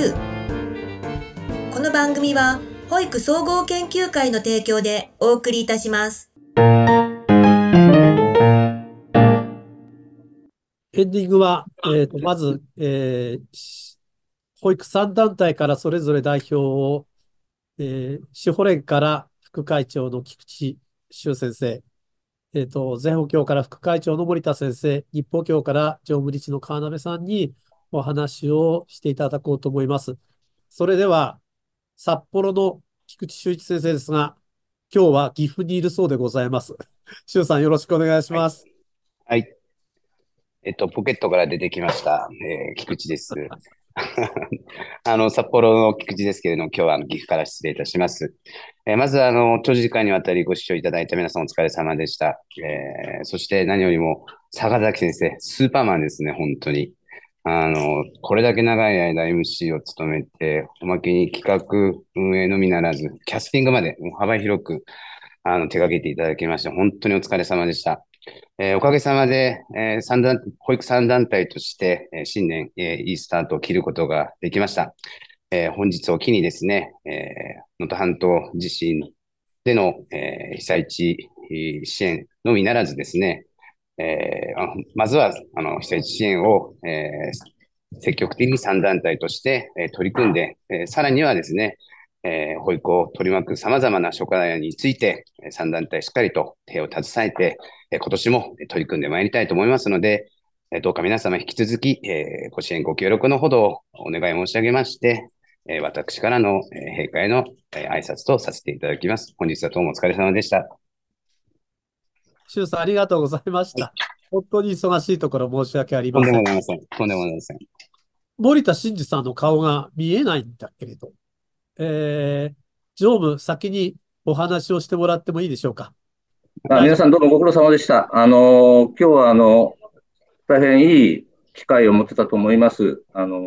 この番組は保育総合研究会の提供でお送りいたします。 エンディングは、まず、保育3団体からそれぞれ代表を、司法連から副会長の菊池修先生、全保協から副会長の森田先生、日報協から常務理事の川辺さんにお話をしていただこうと思います。それでは、札幌の菊池修一先生ですが、今日は岐阜にいるそうでございます。修さん、よろしくお願いしはい。 ます。 はい。ポケットから出てきました、菊池です。札幌の菊池ですけれども、今日は岐阜から失礼いたします。まず、長時間にわたりご視聴いただいた皆さんお疲れ様でした。そして何よりも、坂崎先生、スーパーマンですね、本当に。これだけ長い間 MC を務めて、おまけに企画運営のみならず、キャスティングまでもう幅広く、手掛けていただきまして、本当にお疲れ様でした。おかげさまで、保育3団体として、新年、いいスタートを切ることができました。本日を機にですね、能登半島地震での、被災地支援のみならずですね、まずは被災地支援を、積極的に3団体として、取り組んで、さらにはですね、保育を取り巻く様々な諸課題について、3団体しっかりと手を携えて、今年も取り組んでまいりたいと思いますので、どうか皆様引き続き、ご支援ご協力のほどをお願い申し上げまして、私からの閉会の挨拶とさせていただきます。本日はどうもお疲れ様でした。 周さん、ありがとうございましはい。 た。本当に忙しいところ申し訳ありとんでもません。 ございません。とんでもございません。 森田真二さんの顔が見えないんだけれど、えー、常務、先にお話をしてもらってもいいでしょうか。大丈夫。 皆さんどうもご苦労様でした。今日は大変いい機会を持ってたと思います。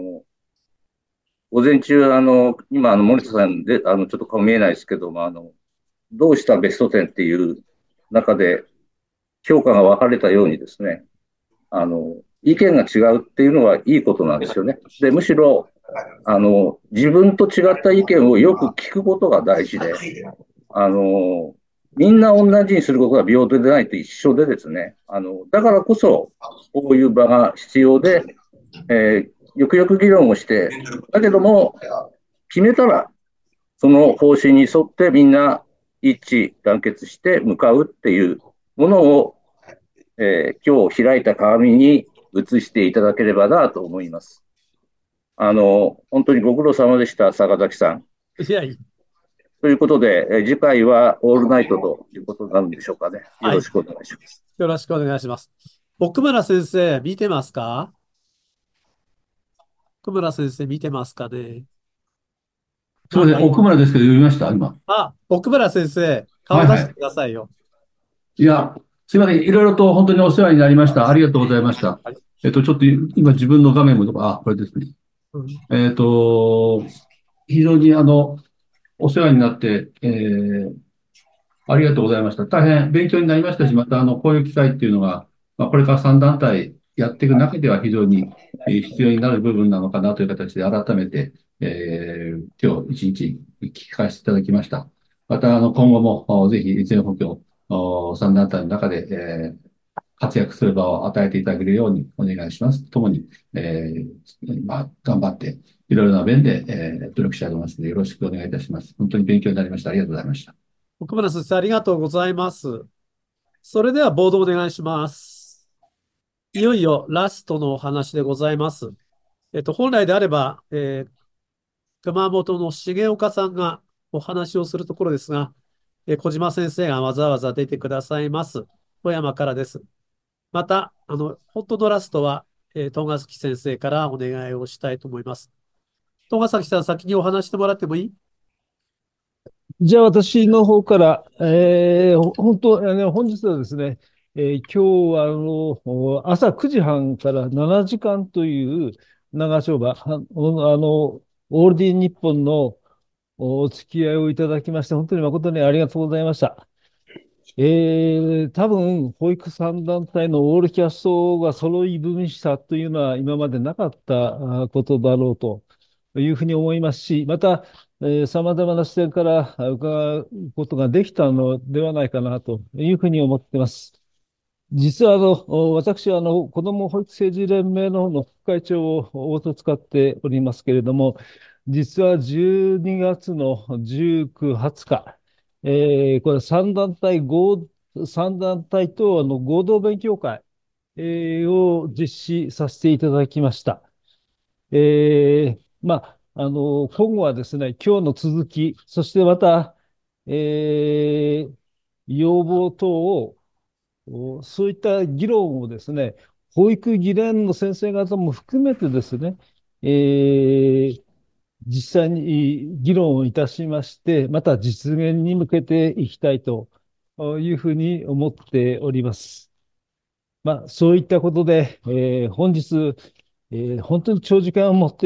午前中、今、森田さんで、ちょっと顔見えないですけども、どうしたベスト10っていう中で評価が分かれたようにですね、意見が違うっていうのはいいことなんですよね。で、むしろ、自分と違った意見をよく聞くことが大事で、あの、みんな同じにすることが平等でないと一緒でですね、だからこそ、こういう場が必要で、よくよく議論をして、だけども、決めたら、その方針に沿ってみんな一致団結して向かうっていうものを、今日開いた鏡に移していただければなと思います。本当にご苦労様でした、坂崎さん。 いやいや、 ということで、次回はオールナイトということになるんでしょうかね。よはい。 ろしくお願いします。 よろしくお願いします。奥村先生、見てますか？奥村先生、見てますかね？ すみません、 なんか、 奥村ですけど、読みました、今。 奥村先生、顔出してくはいはい。 ださいよ。 いや、すみません、いろいろと本当にお世話になりました。ありがとうございました。 はい。 ちょっと今自分の画面も、これですね。 うん。 えっと、非常にお世話になって、ありがとうございました。大変勉強になりましたし、またこういう機会っていうのが、これから3団体やっていく中では非常に必要になる部分なのかなという形で改めて、今日一日聞かせていただきました。また今後もぜひ全保協3団体の中で、活躍する場を与えていただけるようにお願いします。ともに、頑張っていろいろな面で、努力したいと思いますので、よろしくお願いいたします。本当に勉強になりました。ありがとうございました。 奥村先生、ありがとうございます。それでは、ボードお願いします。いよいよラストのお話でございます。本来であれば、熊本の重岡さんがお話をするところですが、小島先生がわざわざ出てくださいます。富山からです。また、本当のラストは、東ヶ崎先生からお願いをしたいと思います。東ヶ崎さん、先にお話してもらってもいい？ じゃあ私の方から、本当、本日はですね、今日は朝9時半から7時間という長丁場、オールディ日本のお付き合いをいただきまして、本当に誠にありがとうございました。多分、保育3団体のオールキャストが揃い踏みしたというのは今までなかったことだろうと。 いうふうに思いますし、また、様々な視点から伺うことができたのではないかなというふうに思っています。実は私は子ども保育政治連盟の方の副会長をと使っておりますけれども、実は12月の19、20日、これ3団体と合同勉強会、を実施させていただきました。今後はですね、今日の続き、そしてまた、要望等をそういった議論をですね、保育議連の先生方も含めてですね、えー実際に議論をいたしまして、また実現に向けていきたいというふうに思っております。そういったことで、本日、本当に長時間をもって、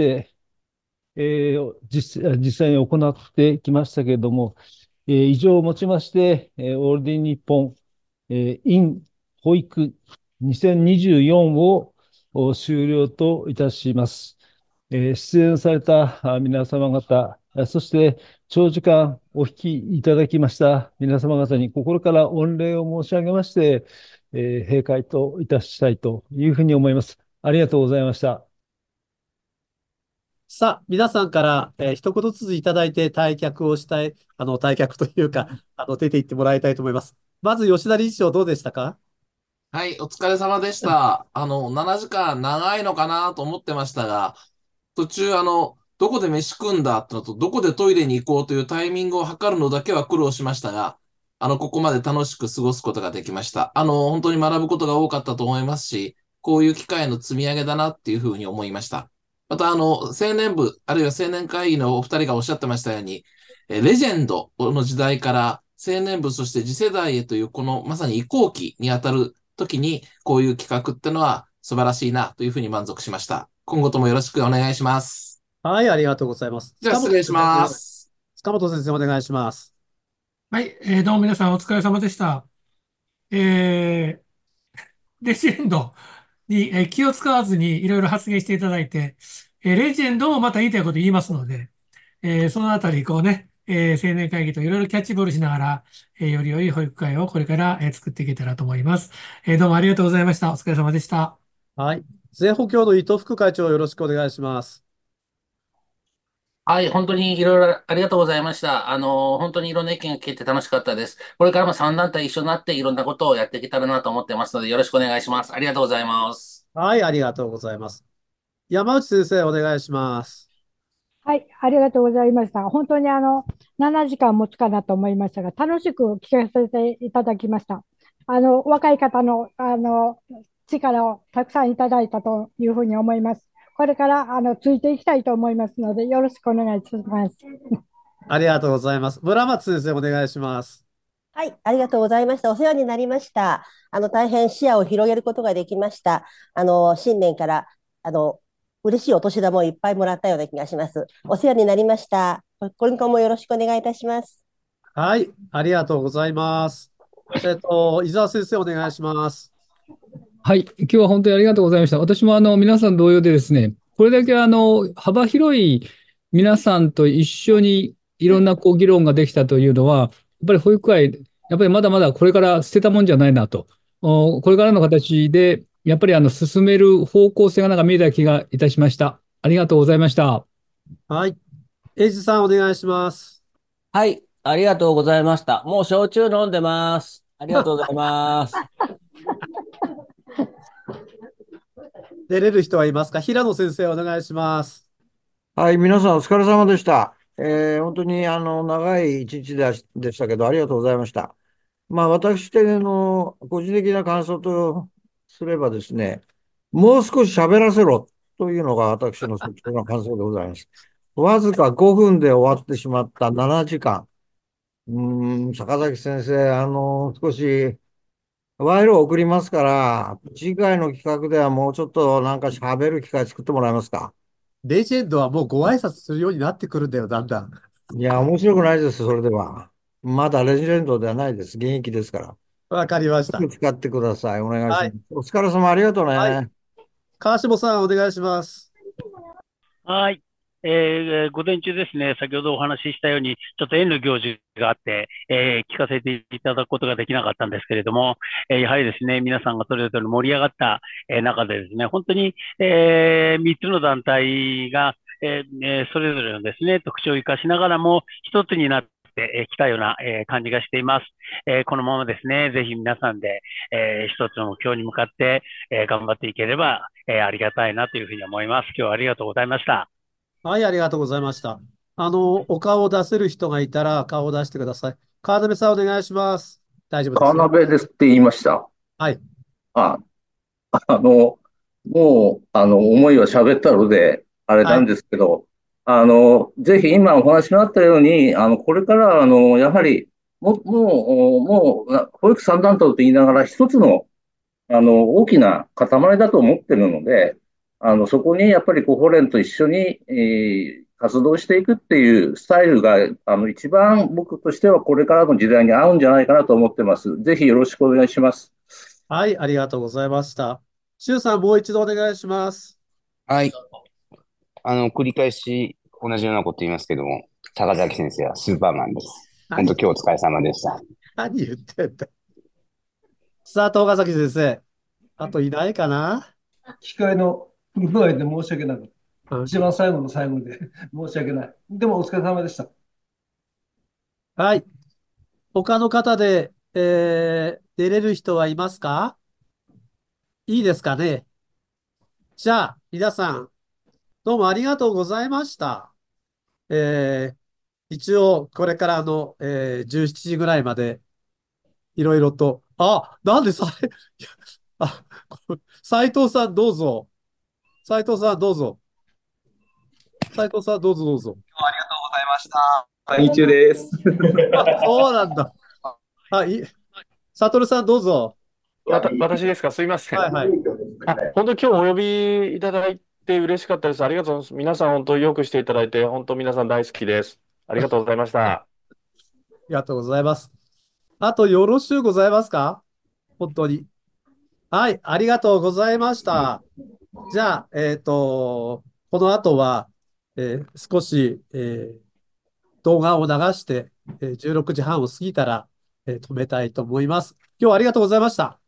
実際に行ってきましたけれども、以上をもちまして、オールディ日本、in 保育2024を終了といたします。出演された皆様方、そして長時間お聞きいただきました皆様方に心から御礼を申し上げまして、閉会といたしたいというふうに思います。ありがとうございました。 さあ、皆さんから、一言ずついただいて退却をしたい、退却というか、出て行ってもらいたいと思います。まず、吉田理事長どうでしたか？ はい、お疲れ様でした。7時間長いのかなと思ってましたが、途中、どこで飯食うんだってのと、どこでトイレに行こうというタイミングを測るのだけは苦労しましたが、ここまで楽しく過ごすことができました。本当に学ぶことが多かったと思いますし、こういう機会の積み上げだなっていうふうに思いました。また、青年部、あるいは青年会議のお二人がおっしゃってましたように、レジェンドの時代から青年部、そして次世代へという、このまさに移行期にあたる時に、こういう企画ってのは素晴らしいなというふうに満足しました。今後ともよろしくお願いします。 はい、ありがとうございます。 じゃあ失礼します。 塚本先生お願いします。 はい、どうも皆さんお疲れ様でした。えレジェンドに、気を使わずにいろいろ発言していただいて、レジェンドもまた言いたいこと言いますので、そのあたり、こうね、青年会議といろいろキャッチボールしながら、より良い保育会をこれから、作っていけたらと思います。どうもありがとうございました。お疲れ様でした。 はい。税保協の伊藤副会長よろしくお願いします。 はい、本当にいろいろありがとうございました。本当にいろんな意見が聞けて楽しかったです。これからも3団体一緒になっていろんなことをやっていけたらなと思ってますので、よろしくお願いします。ありがとうございます。 はい、ありがとうございます。山内先生お願いします。 はい、ありがとうございました。本当に7時間持つかなと思いましたが、楽しく聞かせていただきました。若い方の、力をたくさんいただいたというふうに思います。これから、ついていきたいと思いますので、よろしくお願いします。 ありがとうございます。村松先生お願いします。 はい、ありがとうございました。お世話になりました。大変視野を広げることができました。新年から、嬉しいお年玉をいっぱいもらったような気がします。お世話になりました。これからもよろしくお願いいたします。 はい、ありがとうございます。伊沢先生お願いします。 はい。今日は本当にありがとうございました。私も皆さん同様でですね、これだけ幅広い皆さんと一緒にいろんな議論ができたというのは、やっぱり保育会、やっぱりまだまだこれから捨てたもんじゃないなと。これからの形で、やっぱり進める方向性がなんか見えた気がいたしました。ありがとうございました。 はい。エイジさんお願いします。 はい、ありがとうございました。もう焼酎飲んでます。ありがとうございます。 出れる人はいますか？平野先生お願いします。 はい、皆さんお疲れ様でした。本当に長い一日でしたけど、ありがとうございました。私の個人的な感想とすればですね、もう少し喋らせろというのが私の率直な感想でございます。わずか5分で終わってしまった7時間。坂崎先生、少し賄賂を送りますから、次回の企画ではもうちょっとなんか喋る機会作ってもらえますか？ レジェンドはもうご挨拶するようになってくるんだよ、だんだん。 いや、面白くないです、それでは。まだレジェンドではないです。現役ですから。 わかりました。 使ってください。お願いします。 はい。 お疲れ様、ありがとうね。 はい。川下さん、お願いします。 はい。 午前中ですね、先ほどお話ししたように、ちょっと園の行事があって、聞かせていただくことができなかったんですけれども、やはりですね、皆さんがそれぞれ盛り上がった、中でですね、本当に、3つの団体が、それぞれのですね、特徴を生かしながらも、一つになってきたような、感じがしています。このままですね、ぜひ皆さんで、一つの目標に向かって、頑張っていければ、ありがたいなというふうに思います。今日はありがとうございました。 はい、ありがとうございました。お顔を出せる人がいたら顔を出してください。川辺さんお願いします。大丈夫です川よ。 辺ですって言いました。 はい。 あ、もう、思いは喋ったので、あれなんはい。 ですけど、ぜひ今お話のあったように、これから、やはり、保育三団体と言いながら、一つの、大きな塊だと思ってるので、そこにやっぱりコホレンと一緒に、活動していくっていうスタイルが、一番僕としてはこれからの時代に合うんじゃないかなと思ってます。ぜひよろしくお願いします。 はい、ありがとうございました。周さん、もう一度お願いします。 はい。繰り返し同じようなこと言いますけども、高崎先生はスーパーマンです。本当今日お疲れ様でした。 何言ってんだ。さあ、東ヶ崎先生。あといないかな。 機械の不具合で申し訳なかった。一番最後の最後で申し訳ない。でもお疲れ様でした。 はい。他の方で、出れる人はいますか？いいですかね。じゃあ、皆さん、どうもありがとうございました。一応、これから17時ぐらいまで、いろいろと、なんで斉藤さんどうぞ。斉藤さんどうぞ。斉藤さんどうぞどうぞ。 ありがとうございました。会議中です。 そうなんだ。悟さんどうぞ。 私ですか、すいません。 はいはい。 本当今日お呼びいただいて嬉しかったです。ありがとうございます。皆さん本当よくしていただいて、本当皆さん大好きです。ありがとうございました。 ありがとうございます。あとよろしゅうございますか？本当に。はい、ありがとうございました。じゃあ、この後は、少し、動画を流して、16時半を過ぎたら、止めたいと思います。今日はありがとうございました。